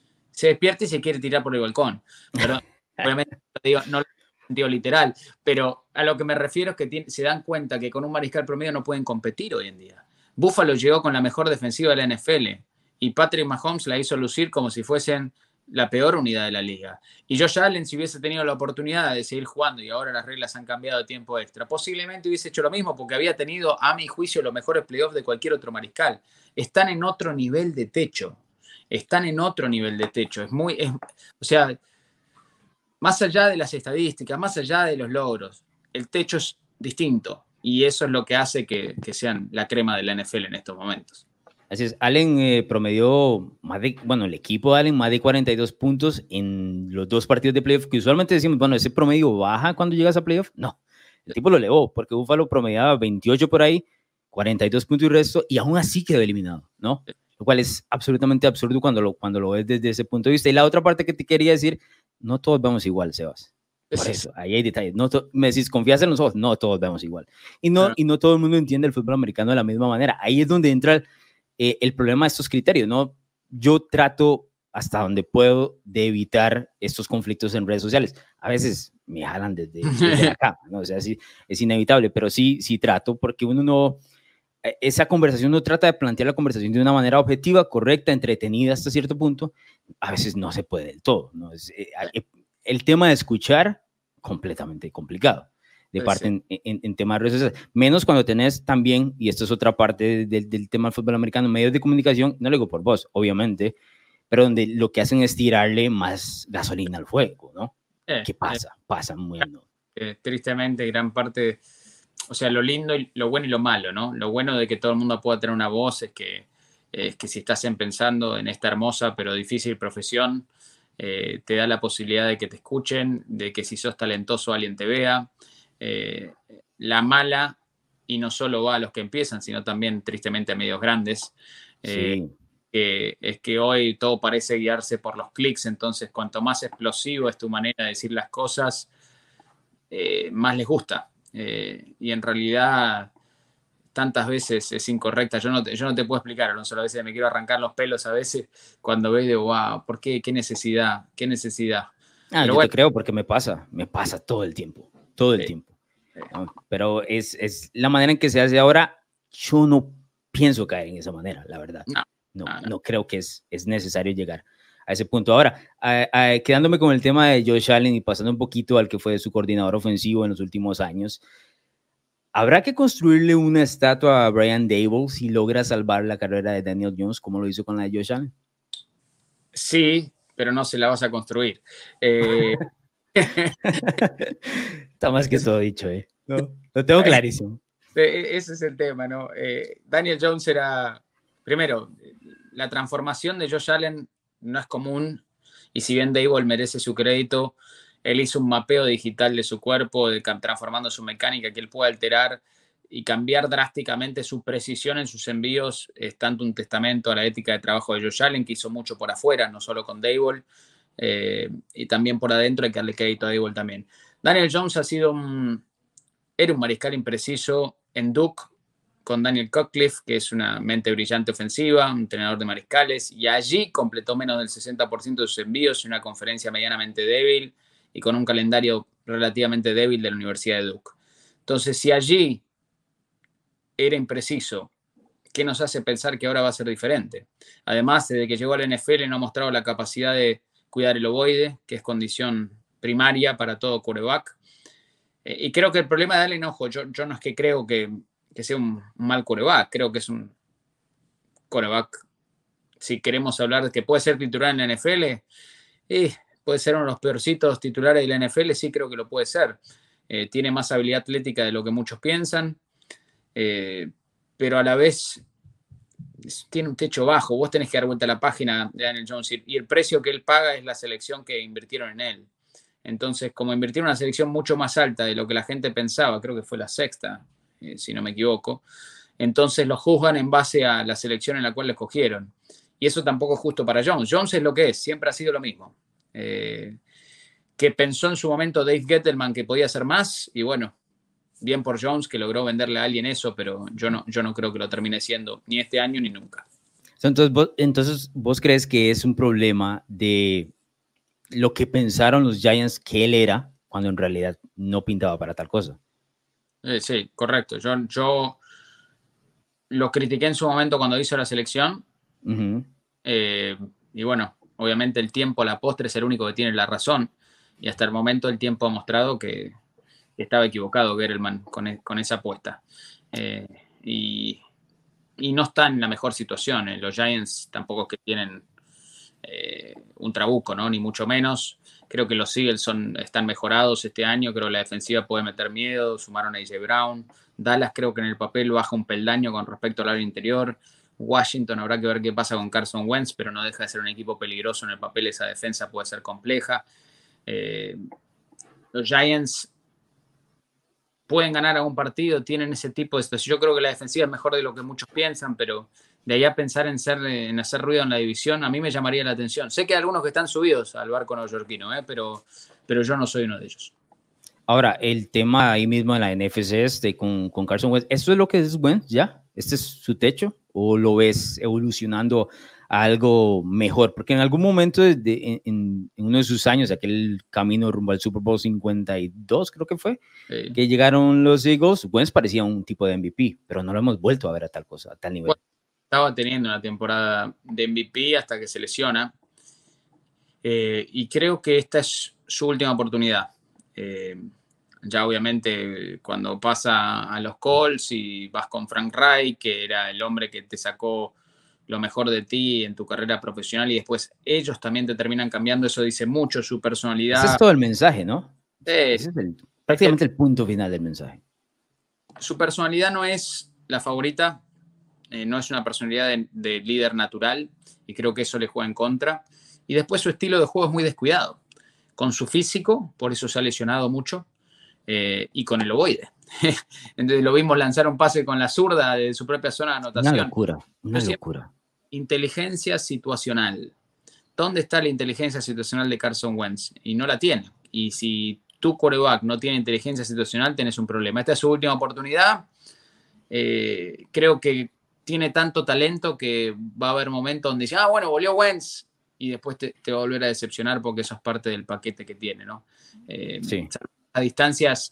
se despierta y se quiere tirar por el balcón. Pero, obviamente digo, no lo digo literal, pero a lo que me refiero es que tiene, se dan cuenta que con un mariscal promedio no pueden competir hoy en día. Buffalo llegó con la mejor defensiva de la N F L y Patrick Mahomes la hizo lucir como si fuesen la peor unidad de la liga. Y Josh Allen, si hubiese tenido la oportunidad de seguir jugando y ahora las reglas han cambiado de tiempo extra, posiblemente hubiese hecho lo mismo porque había tenido, a mi juicio, los mejores playoffs de cualquier otro mariscal. Están en otro nivel de techo. Están en otro nivel de techo. Es muy, es, o sea, más allá de las estadísticas, más allá de los logros, el techo es distinto y eso es lo que hace que, que sean la crema de la N F L en estos momentos. Así es, Allen eh, promedió, más de, bueno, el equipo de Allen más de cuarenta y dos puntos en los dos partidos de playoff, que usualmente decimos, bueno, ese promedio baja cuando llegas a playoff. No, el tipo lo elevó, porque Buffalo promediaba veintiocho por ahí, cuarenta y dos puntos y resto, y aún así quedó eliminado, ¿no? Lo cual es absolutamente absurdo cuando lo, cuando lo ves desde ese punto de vista. Y la otra parte que te quería decir, no todos vemos igual, Sebas. Por eso, ahí hay detalles. No to- me decís, ¿confías en nosotros? No todos vemos igual. Y no, y no todo el mundo entiende el fútbol americano de la misma manera. Ahí es donde entra el, eh, el problema de estos criterios, ¿no? Yo trato hasta donde puedo de evitar estos conflictos en redes sociales. A veces me jalan desde, desde la cama, ¿no? O sea, sí, es inevitable, pero sí, sí trato, porque uno no, esa conversación uno trata de plantear la conversación de una manera objetiva, correcta, entretenida hasta cierto punto, a veces no se puede del todo, ¿no? Es, eh, el tema de escuchar, completamente complicado, de parte en, en, en temas de redes sociales, menos cuando tenés también, y esto es otra parte del, del tema del fútbol americano, medios de comunicación, no lo digo por vos, obviamente, pero donde lo que hacen es tirarle más gasolina al fuego, ¿no? Eh, ¿Qué pasa? Eh, pasa muy no. Eh, tristemente, gran parte, o sea, lo lindo, y lo bueno y lo malo, ¿no? Lo bueno de que todo el mundo pueda tener una voz es que, es que si estás pensando en esta hermosa pero difícil profesión, eh, te da la posibilidad de que te escuchen, de que si sos talentoso alguien te vea. Eh, la mala, y no solo va a los que empiezan, sino también tristemente a medios grandes, eh, sí. que es que hoy todo parece guiarse por los clics, entonces cuanto más explosivo es tu manera de decir las cosas, eh, más les gusta. Eh, y en realidad tantas veces es incorrecta. Yo no te, yo no te puedo explicar, Alonso, a veces me quiero arrancar los pelos a veces cuando ves de, wow, ¿por qué? ¿Qué necesidad? ¿Qué necesidad? Ah, Pero yo bueno, te creo porque me pasa, me pasa todo el tiempo, todo el sí. tiempo. ¿No? Pero es, es la manera en que se hace ahora, yo no pienso caer en esa manera, la verdad. No, no, no, no. no creo que es, es necesario llegar a ese punto. Ahora, a, a, quedándome con el tema de Josh Allen y pasando un poquito al que fue su coordinador ofensivo en los últimos años, ¿habrá que construirle una estatua a Brian Daboll si logra salvar la carrera de Daniel Jones como lo hizo con la de Josh Allen? Sí, pero no se la vas a construir. Eh... Está más que todo dicho, ¿eh? No, lo tengo clarísimo. Ese es el tema, ¿no? Eh, Daniel Jones era, primero, la transformación de Josh Allen no es común, y si bien Daboll merece su crédito, él hizo un mapeo digital de su cuerpo, de, transformando su mecánica, que él puede alterar y cambiar drásticamente su precisión en sus envíos. Es tanto un testamento a la ética de trabajo de Josh Allen, que hizo mucho por afuera, no solo con Daboll, eh, y también por adentro hay que darle crédito a Daboll también. Daniel Jones ha sido un, era un mariscal impreciso en Duke, con Daniel Cutcliffe, que es una mente brillante ofensiva, un entrenador de mariscales, y allí completó menos del sesenta por ciento de sus envíos en una conferencia medianamente débil y con un calendario relativamente débil de la Universidad de Duke. Entonces, si allí era impreciso, ¿qué nos hace pensar que ahora va a ser diferente? Además, desde que llegó al N F L no ha mostrado la capacidad de cuidar el ovoide, que es condición primaria para todo quarterback. Eh, y creo que el problema de Allen, ojo, yo, yo no es que creo que, que sea un, un mal quarterback, creo que es un quarterback, si queremos hablar de que puede ser titular en la N F L, eh, puede ser uno de los peorcitos titulares de la N F L, sí creo que lo puede ser. Eh, tiene más habilidad atlética de lo que muchos piensan, eh, pero a la vez tiene un techo bajo. Vos tenés que dar vuelta a la página de Daniel Jones y el precio que él paga es la selección que invirtieron en él. Entonces, como invirtieron una selección mucho más alta de lo que la gente pensaba, creo que fue la sexta, eh, si no me equivoco, entonces lo juzgan en base a la selección en la cual lo escogieron. Y eso tampoco es justo para Jones. Jones es lo que es, siempre ha sido lo mismo. Eh, que pensó en su momento Dave Gettleman que podía hacer más, y bueno, bien por Jones que logró venderle a alguien eso, pero yo no, yo no creo que lo termine siendo ni este año ni nunca. Entonces vos, entonces, ¿vos crees que es un problema de lo que pensaron los Giants que él era, cuando en realidad no pintaba para tal cosa? Eh, sí, correcto. Yo, yo lo critiqué en su momento cuando hizo la selección. Uh-huh. eh, y bueno, obviamente el tiempo a la postre es el único que tiene la razón. Y hasta el momento el tiempo ha mostrado que, que estaba equivocado Gettleman con, con esa apuesta. Eh, y, y no está en la mejor situación. Eh. Los Giants tampoco es que tienen eh, un trabuco, ¿no? Ni mucho menos. Creo que los Eagles son, están mejorados este año. Creo que la defensiva puede meter miedo. Sumaron a A J Brown. Dallas creo que en el papel baja un peldaño con respecto al área interior. Washington habrá que ver qué pasa con Carson Wentz, pero no deja de ser un equipo peligroso en el papel. Esa defensa puede ser compleja. Eh, los Giants pueden ganar algún partido, tienen ese tipo de situación. Yo creo que la defensiva es mejor de lo que muchos piensan, pero de ahí a pensar en, ser, en hacer ruido en la división, a mí me llamaría la atención. Sé que hay algunos que están subidos al barco neoyorquino, ¿eh? pero, pero yo no soy uno de ellos. Ahora, el tema ahí mismo en la N F C este, con, con Carson Wentz, ¿esto es lo que es Wentz ya? ¿Este es su techo? ¿O lo ves evolucionando a algo mejor, porque en algún momento de, de, en, en uno de sus años, aquel camino rumbo al Super Bowl cincuenta y dos, creo que fue, sí. que llegaron los Eagles, Wentz parecía un tipo de M V P, pero no lo hemos vuelto a ver a tal cosa, a tal nivel. Bueno, estaba teniendo una temporada de M V P hasta que se lesiona, eh, y creo que esta es su última oportunidad. Eh, ya obviamente cuando pasa a los Colts y vas con Frank Reich, que era el hombre que te sacó lo mejor de ti en tu carrera profesional, y después ellos también te terminan cambiando, eso dice mucho su personalidad. Ese es todo el mensaje, ¿no? Eh, Ese es el, prácticamente el, el punto final del mensaje. Su personalidad no es la favorita, eh, no es una personalidad de, de líder natural, y creo que eso le juega en contra. Y después su estilo de juego es muy descuidado. Con su físico, por eso se ha lesionado mucho, eh, y con el ovoide. Entonces lo vimos lanzar un pase con la zurda de su propia zona de anotación. Una locura, una locura. Inteligencia situacional. ¿Dónde está la inteligencia situacional de Carson Wentz? Y no la tiene. Y si tu quarterback no tiene inteligencia situacional, tenés un problema. Esta es su última oportunidad. Eh, creo que tiene tanto talento que va a haber momentos donde dice, ah, bueno, volvió Wentz, y después te, te va a volver a decepcionar porque eso es parte del paquete que tiene, ¿no? Eh, sí. A distancias,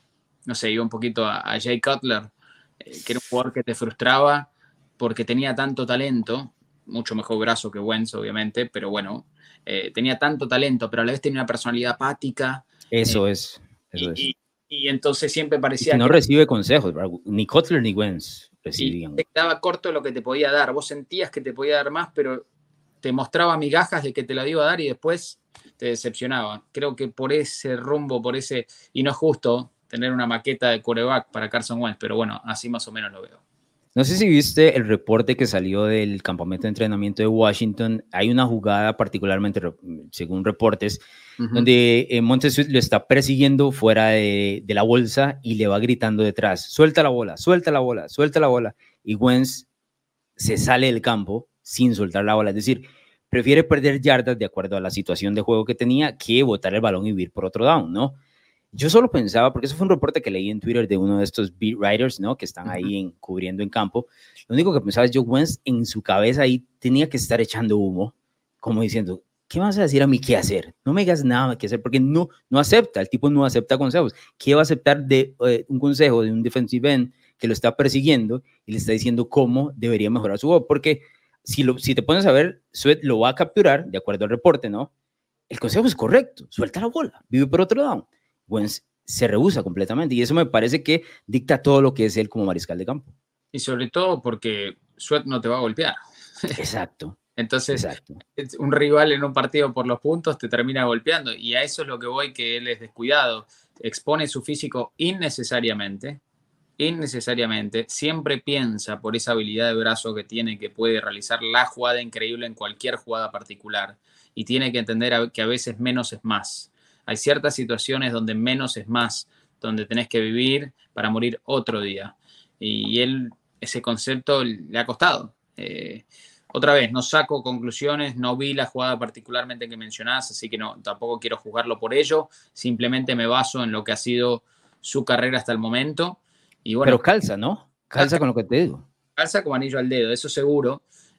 no sé, iba un poquito a, a Jay Cutler, eh, que era un jugador que te frustraba porque tenía tanto talento, mucho mejor brazo que Wentz, obviamente, pero bueno, eh, tenía tanto talento, pero a la vez tenía una personalidad apática. Eso eh, es, eso y, es. Y, y entonces siempre parecía y que no que recibe consejos, ¿verdad? Ni Cutler ni Wentz recibían. Y te quedaba corto lo que te podía dar. Vos sentías que te podía dar más, pero te mostraba migajas de que te la iba a dar y después te decepcionaba. Creo que por ese rumbo, por ese... Y no es justo tener una maqueta de quarterback para Carson Wentz, pero bueno, así más o menos lo veo. No sé si viste el reporte que salió del campamento de entrenamiento de Washington. Hay una jugada particularmente, según reportes, uh-huh. donde eh, Montez Sweat lo está persiguiendo fuera de, de la bolsa y le va gritando detrás, suelta la bola, suelta la bola, suelta la bola. Y Wentz se sale del campo sin soltar la bola. Es decir, prefiere perder yardas de acuerdo a la situación de juego que tenía que botar el balón y ir por otro down, ¿no? Yo solo pensaba, porque eso fue un reporte que leí en Twitter de uno de estos beat writers, ¿no? Que están ahí en, cubriendo en campo. Lo único que pensaba es, Joe Wentz en su cabeza ahí tenía que estar echando humo, como diciendo, ¿qué vas a decir a mí qué hacer? No me digas nada que hacer, porque no, no acepta, el tipo no acepta consejos. ¿Qué va a aceptar de eh, un consejo de un defensive end que lo está persiguiendo y le está diciendo cómo debería mejorar su juego? Porque si, lo, si te pones a ver, Sweat lo va a capturar, de acuerdo al reporte, ¿no? El consejo es correcto, suelta la bola, vive por otro down. Wentz se rehúsa completamente y eso me parece que dicta todo lo que es él como mariscal de campo. Y sobre todo porque Sweat no te va a golpear. Exacto. Entonces, Exacto. un rival en un partido por los puntos te termina golpeando y a eso es lo que voy, que él es descuidado. Expone su físico innecesariamente, innecesariamente. Siempre piensa por esa habilidad de brazo que tiene, que puede realizar la jugada increíble en cualquier jugada particular y tiene que entender que a veces menos es más. Hay ciertas situaciones donde menos es más, donde tenés que vivir para morir otro día. Y él, ese concepto le ha costado. Eh, otra vez, no saco conclusiones, no vi la jugada particularmente que mencionás, así que no, tampoco quiero juzgarlo por ello. Simplemente me baso en lo que ha sido su carrera hasta el momento. Y bueno, pero calza, ¿no? Calza con lo que te digo. Calza como anillo al dedo, eso seguro.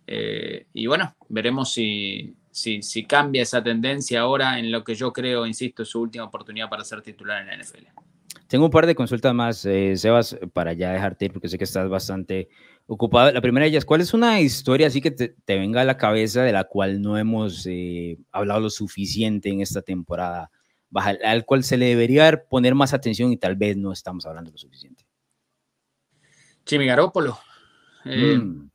Eh, y bueno, veremos si... Si, si cambia esa tendencia ahora en lo que yo creo, insisto, es su última oportunidad para ser titular en la N F L. Tengo un par de consultas más, eh, Sebas, para ya dejarte ir, porque sé que estás bastante ocupado. La primera de ellas, ¿cuál es una historia así que te, te venga a la cabeza de la cual no hemos eh, hablado lo suficiente en esta temporada, baja, al cual se le debería poner más atención y tal vez no estamos hablando lo suficiente? Jimmy Garoppolo. Eh, mm.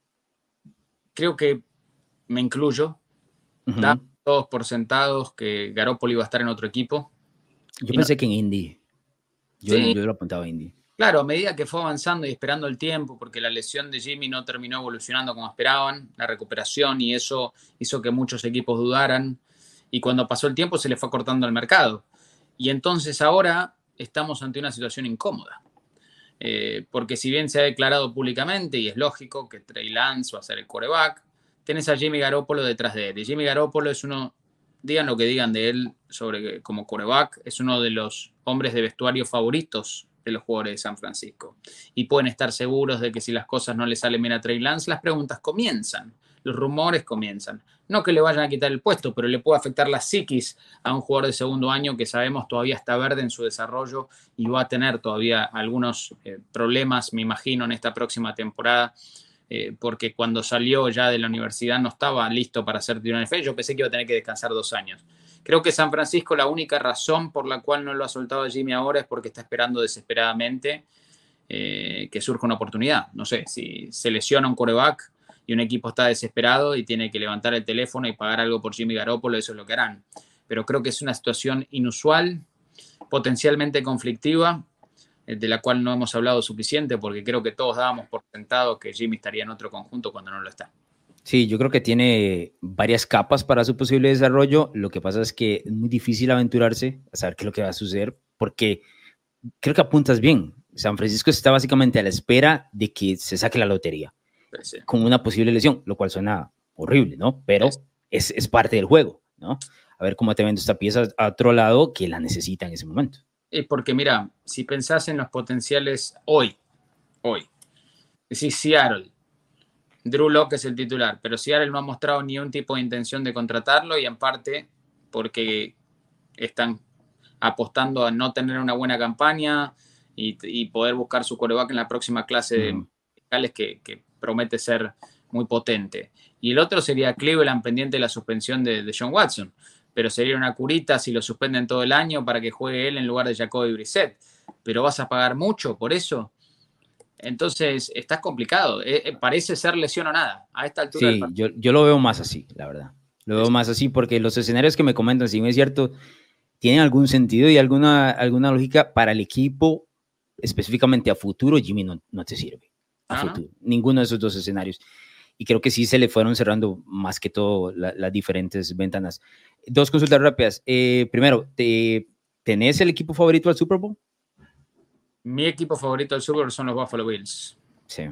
Creo que me incluyo. Uh-huh. Da todos por sentados que Garoppolo iba a estar en otro equipo. Yo y pensé no, que en Indy. Yo, sí, yo lo apuntaba a Indy. Claro, a medida que fue avanzando y esperando el tiempo, porque la lesión de Jimmy no terminó evolucionando como esperaban, la recuperación, y eso hizo que muchos equipos dudaran. Y cuando pasó el tiempo se le fue cortando el mercado. Y entonces ahora estamos ante una situación incómoda. Eh, porque si bien se ha declarado públicamente, y es lógico que Trey Lance va a ser el quarterback, tenés a Jimmy Garoppolo detrás de él. Y Jimmy Garoppolo es uno, digan lo que digan de él sobre como quarterback, es uno de los hombres de vestuario favoritos de los jugadores de San Francisco. Y pueden estar seguros de que si las cosas no le salen bien a Trey Lance, las preguntas comienzan. los rumores comienzan. No que le vayan a quitar el puesto, pero le puede afectar la psiquis a un jugador de segundo año que sabemos todavía está verde en su desarrollo y va a tener todavía algunos eh, problemas, me imagino, en esta próxima temporada, eh, porque cuando salió ya de la universidad no estaba listo para ser titular en N F L. Yo pensé que iba a tener que descansar dos años. Creo que San Francisco, la única razón por la cual no lo ha soltado a Jimmy ahora es porque está esperando desesperadamente eh, que surja una oportunidad. No sé, si se lesiona un quarterback y un equipo está desesperado y tiene que levantar el teléfono y pagar algo por Jimmy Garoppolo, eso es lo que harán. Pero creo que es una situación inusual, potencialmente conflictiva, de la cual no hemos hablado suficiente porque creo que todos dábamos por sentado que Jimmy estaría en otro conjunto cuando no lo está. Sí, yo creo que tiene varias capas para su posible desarrollo. Lo que pasa es que es muy difícil aventurarse a saber qué es lo que va a suceder porque creo que apuntas bien. San Francisco está básicamente a la espera de que se saque la lotería sí. con una posible lesión, lo cual suena horrible, ¿no? Pero sí. es, es parte del juego, ¿no? A ver cómo te vendo esta pieza a otro lado que la necesita en ese momento. Es porque, mira, si pensás en los potenciales hoy, hoy, si Seattle, Drew Lock es el titular, pero Seattle no ha mostrado ni un tipo de intención de contratarlo y en parte porque están apostando a no tener una buena campaña y, y poder buscar su quarterback en la próxima clase de Mm. fiscales que, que promete ser muy potente. Y el otro sería Cleveland pendiente de la suspensión de, de John Watson, pero sería una curita si lo suspenden todo el año para que juegue él en lugar de Jacoby Brissett. Pero vas a pagar mucho por eso. Entonces, estás complicado. Eh, parece ser lesión o nada a esta altura. Sí, yo, yo lo veo más así, la verdad. Lo veo más así porque los escenarios que me comentan, si bien es cierto, tienen algún sentido y alguna, alguna lógica para el equipo, específicamente a futuro. Jimmy no, no te sirve a ¿No, futuro. no? Ninguno de esos dos escenarios. Y creo que sí se le fueron cerrando más que todo la, las diferentes ventanas. Dos consultas rápidas. Eh, primero, ¿te, ¿tenés el equipo favorito al Super Bowl? Mi equipo favorito del Super Bowl son los Buffalo Bills. Sí.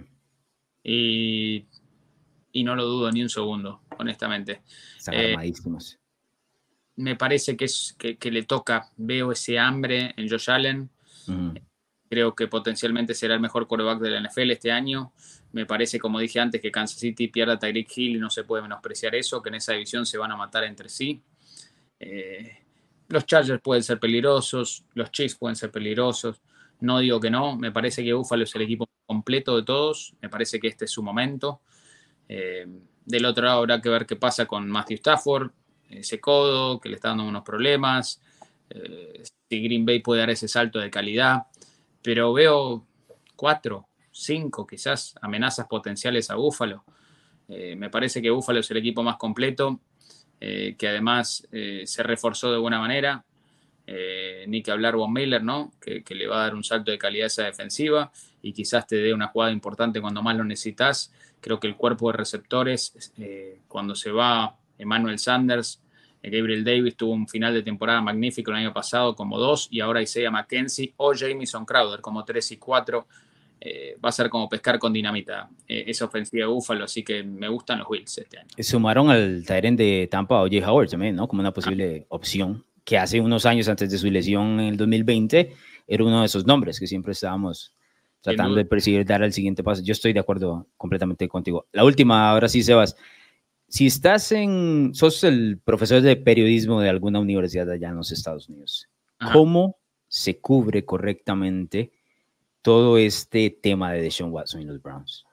Y, y no lo dudo ni un segundo, honestamente. Están eh, armadísimos. Me parece que, es, que, que le toca, veo ese hambre en Josh Allen. Uh-huh. Creo que potencialmente será el mejor quarterback de la N F L este año. Me parece, como dije antes, que Kansas City pierda a Tyreek Hill y no se puede menospreciar eso, que en esa división se van a matar entre sí. Eh, los Chargers pueden ser peligrosos, los Chiefs pueden ser peligrosos. No digo que no, me parece que Buffalo es el equipo completo de todos. Me parece que este es su momento. Eh, del otro lado habrá que ver qué pasa con Matthew Stafford, ese codo que le está dando unos problemas. Eh, si Green Bay puede dar ese salto de calidad. Pero veo cuatro, cinco quizás amenazas potenciales a Buffalo. Eh, me parece que Buffalo es el equipo más completo, eh, que además eh, se reforzó de buena manera. Eh, ni que hablar Von Miller, ¿no? Que, que le va a dar un salto de calidad a esa defensiva y quizás te dé una jugada importante cuando más lo necesitas. Creo que el cuerpo de receptores, eh, cuando se va Emmanuel Sanders, Gabriel Davis tuvo un final de temporada magnífico el año pasado como dos y ahora Isaiah McKenzie o Jamison Crowder como tres y cuatro. Eh, va a ser como pescar con dinamita eh, esa ofensiva de Buffalo, así que me gustan los Bills este año. Sumaron al Tyrant de Tampa, O J Howard también, ¿no? Como una posible ah. opción, que hace unos años antes de su lesión en el dos mil veinte era uno de esos nombres que siempre estábamos tratando de perseguir, dar el siguiente paso. Yo estoy de acuerdo completamente contigo. La última, ahora sí, Sebas. Si estás en, sos el profesor de periodismo de alguna universidad allá en los Estados Unidos, Ajá. ¿cómo se cubre correctamente todo este tema de Deshaun Watson y los Browns?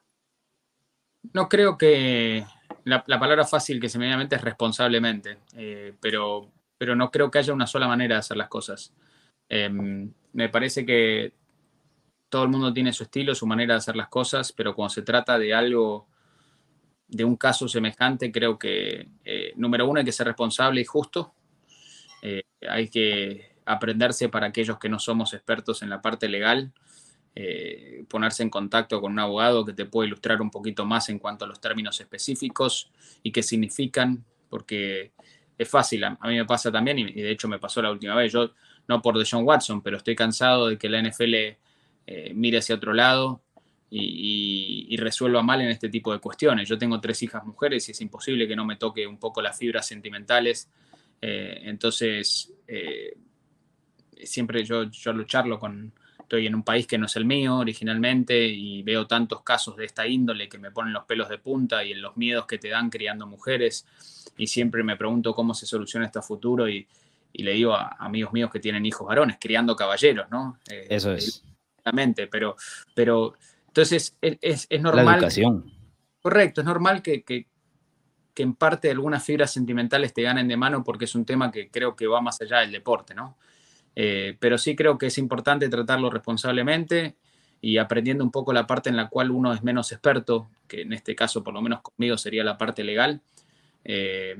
No creo que la, la palabra fácil que se me viene a la mente es responsablemente, eh, pero, pero no creo que haya una sola manera de hacer las cosas. Eh, me parece que todo el mundo tiene su estilo, su manera de hacer las cosas, pero cuando se trata de algo, de un caso semejante, creo que, eh, número uno, hay que ser responsable y justo. Eh, hay que aprenderse para aquellos que no somos expertos en la parte legal, eh, ponerse en contacto con un abogado que te puede ilustrar un poquito más en cuanto a los términos específicos y qué significan, porque es fácil, a, a mí me pasa también, y, y de hecho me pasó la última vez, yo no por Deshaun Watson, pero estoy cansado de que la N F L eh, mire hacia otro lado y, y, y resuelva mal en este tipo de cuestiones. Yo tengo tres hijas mujeres y es imposible que no me toque un poco las fibras sentimentales, eh, entonces eh, siempre yo, yo lo charlo con estoy en un país que no es el mío originalmente y veo tantos casos de esta índole que me ponen los pelos de punta y en los miedos que te dan criando mujeres, y siempre me pregunto cómo se soluciona esto a futuro y, y le digo a amigos míos que tienen hijos varones, criando caballeros, ¿no? Eh, Eso es. Exactamente, pero, pero entonces es, es, es normal. La educación. Que, correcto, es normal que, que, que en parte algunas fibras sentimentales te ganen de mano porque es un tema que creo que va más allá del deporte, ¿no? Eh, pero sí creo que es importante tratarlo responsablemente y aprendiendo un poco la parte en la cual uno es menos experto, que en este caso por lo menos conmigo sería la parte legal, eh,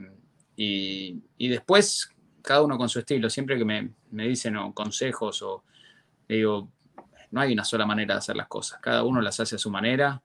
y, y después cada uno con su estilo. Siempre que me, me dicen o consejos o digo, no hay una sola manera de hacer las cosas, cada uno las hace a su manera,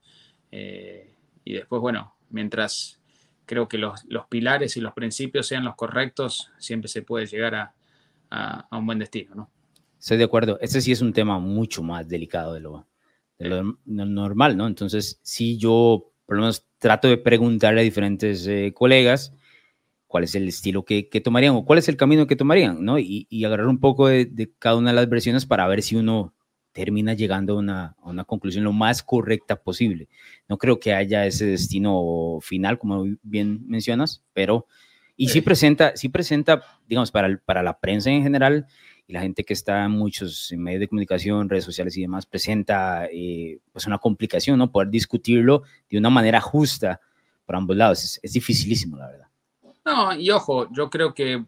eh, y después, bueno, mientras creo que los, los pilares y los principios sean los correctos, siempre se puede llegar a A, a un buen destino, ¿no? Estoy de acuerdo. Este sí es un tema mucho más delicado de lo, de lo normal, ¿no? Entonces, sí, yo por lo menos trato de preguntarle a diferentes eh, colegas cuál es el estilo que, que tomarían o cuál es el camino que tomarían, ¿no? Y, y agarrar un poco de, de cada una de las versiones para ver si uno termina llegando a una, a una conclusión lo más correcta posible. No creo que haya ese destino final, como bien mencionas, pero... Y sí presenta, sí presenta, digamos, para, el, para la prensa en general y la gente que está en muchos medios de comunicación, redes sociales y demás, presenta eh, pues una complicación, ¿no? Poder discutirlo de una manera justa por ambos lados. Es, es dificilísimo, la verdad. No, y ojo, yo creo que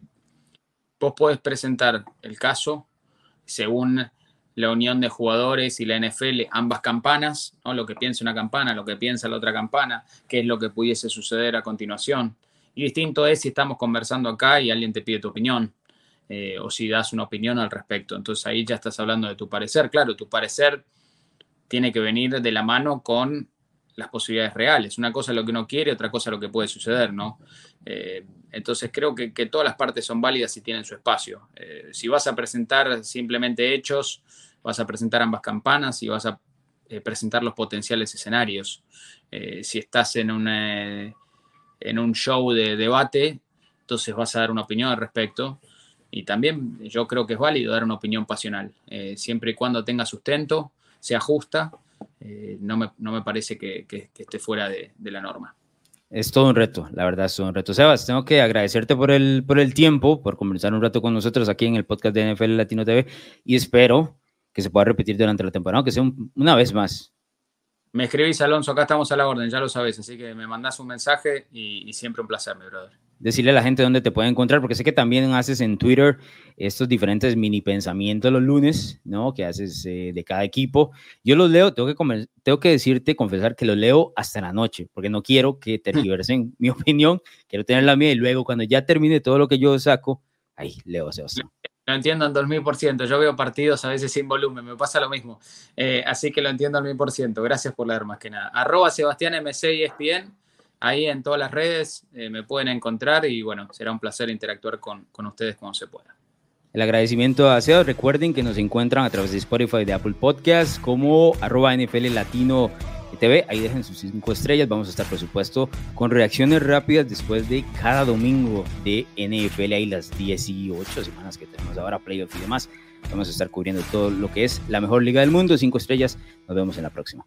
vos podés presentar el caso según la unión de jugadores y la N F L, ambas campanas, ¿no? Lo que piensa una campana, lo que piensa la otra campana, qué es lo que pudiese suceder a continuación. Y distinto es si estamos conversando acá y alguien te pide tu opinión, eh, o si das una opinión al respecto. Entonces ahí ya estás hablando de tu parecer. Claro, tu parecer tiene que venir de la mano con las posibilidades reales. Una cosa es lo que uno quiere, otra cosa es lo que puede suceder, ¿no? Eh, entonces creo que, que todas las partes son válidas y tienen su espacio. Eh, si vas a presentar simplemente hechos, vas a presentar ambas campanas y vas a eh, presentar los potenciales escenarios. Eh, si estás en una... en un show de debate, entonces vas a dar una opinión al respecto. Y también yo creo que es válido dar una opinión pasional, eh, siempre y cuando tenga sustento, sea justa, eh, no, me, no me parece que, que, que esté fuera de, de la norma. Es todo un reto, la verdad es todo un reto. Sebas, tengo que agradecerte por el, por el tiempo, por conversar un rato con nosotros aquí en el podcast de N F L Latino T V, y espero que se pueda repetir durante la temporada, que sea un, una vez más. Me escribís, Alonso, acá estamos a la orden, ya lo sabes, así que me mandás un mensaje y, y siempre un placer, mi brother. Decirle a la gente dónde te puede encontrar, porque sé que también haces en Twitter estos diferentes mini pensamientos los lunes, ¿no? Que haces eh, de cada equipo. Yo los leo, tengo que, comer, tengo que decirte, confesar que los leo hasta la noche, porque no quiero que tergiversen mi opinión, quiero tener la mía y luego cuando ya termine todo lo que yo saco, ahí leo, Sebastián. Lo entiendo al dos mil por ciento. Yo veo partidos a veces sin volumen, me pasa lo mismo. Eh, así que lo entiendo al mil por ciento. Gracias por leer más que nada. Arroba Sebastián M C y E S P N. Ahí en todas las redes eh, me pueden encontrar y bueno, será un placer interactuar con, con ustedes cuando se pueda. El agradecimiento a Sebas. Recuerden que nos encuentran a través de Spotify, de Apple Podcasts, como arroba N F L Latino T V. Ahí dejen sus cinco estrellas. Vamos a estar, por supuesto, con reacciones rápidas después de cada domingo de N F L. Ahí las dieciocho semanas que tenemos ahora, playoff y demás. Vamos a estar cubriendo todo lo que es la mejor liga del mundo. Cinco estrellas. Nos vemos en la próxima.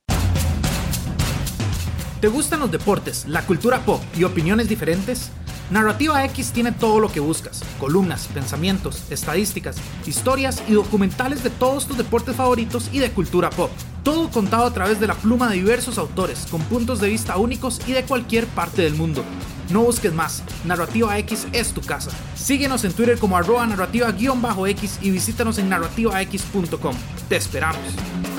¿Te gustan los deportes, la cultura pop y opiniones diferentes? Narrativa X tiene todo lo que buscas: columnas, pensamientos, estadísticas, historias y documentales de todos tus deportes favoritos y de cultura pop. Todo contado a través de la pluma de diversos autores, con puntos de vista únicos y de cualquier parte del mundo. No busques más, Narrativa X es tu casa. Síguenos en Twitter como arroba narrativa-x y visítanos en narrativa x punto com. Te esperamos.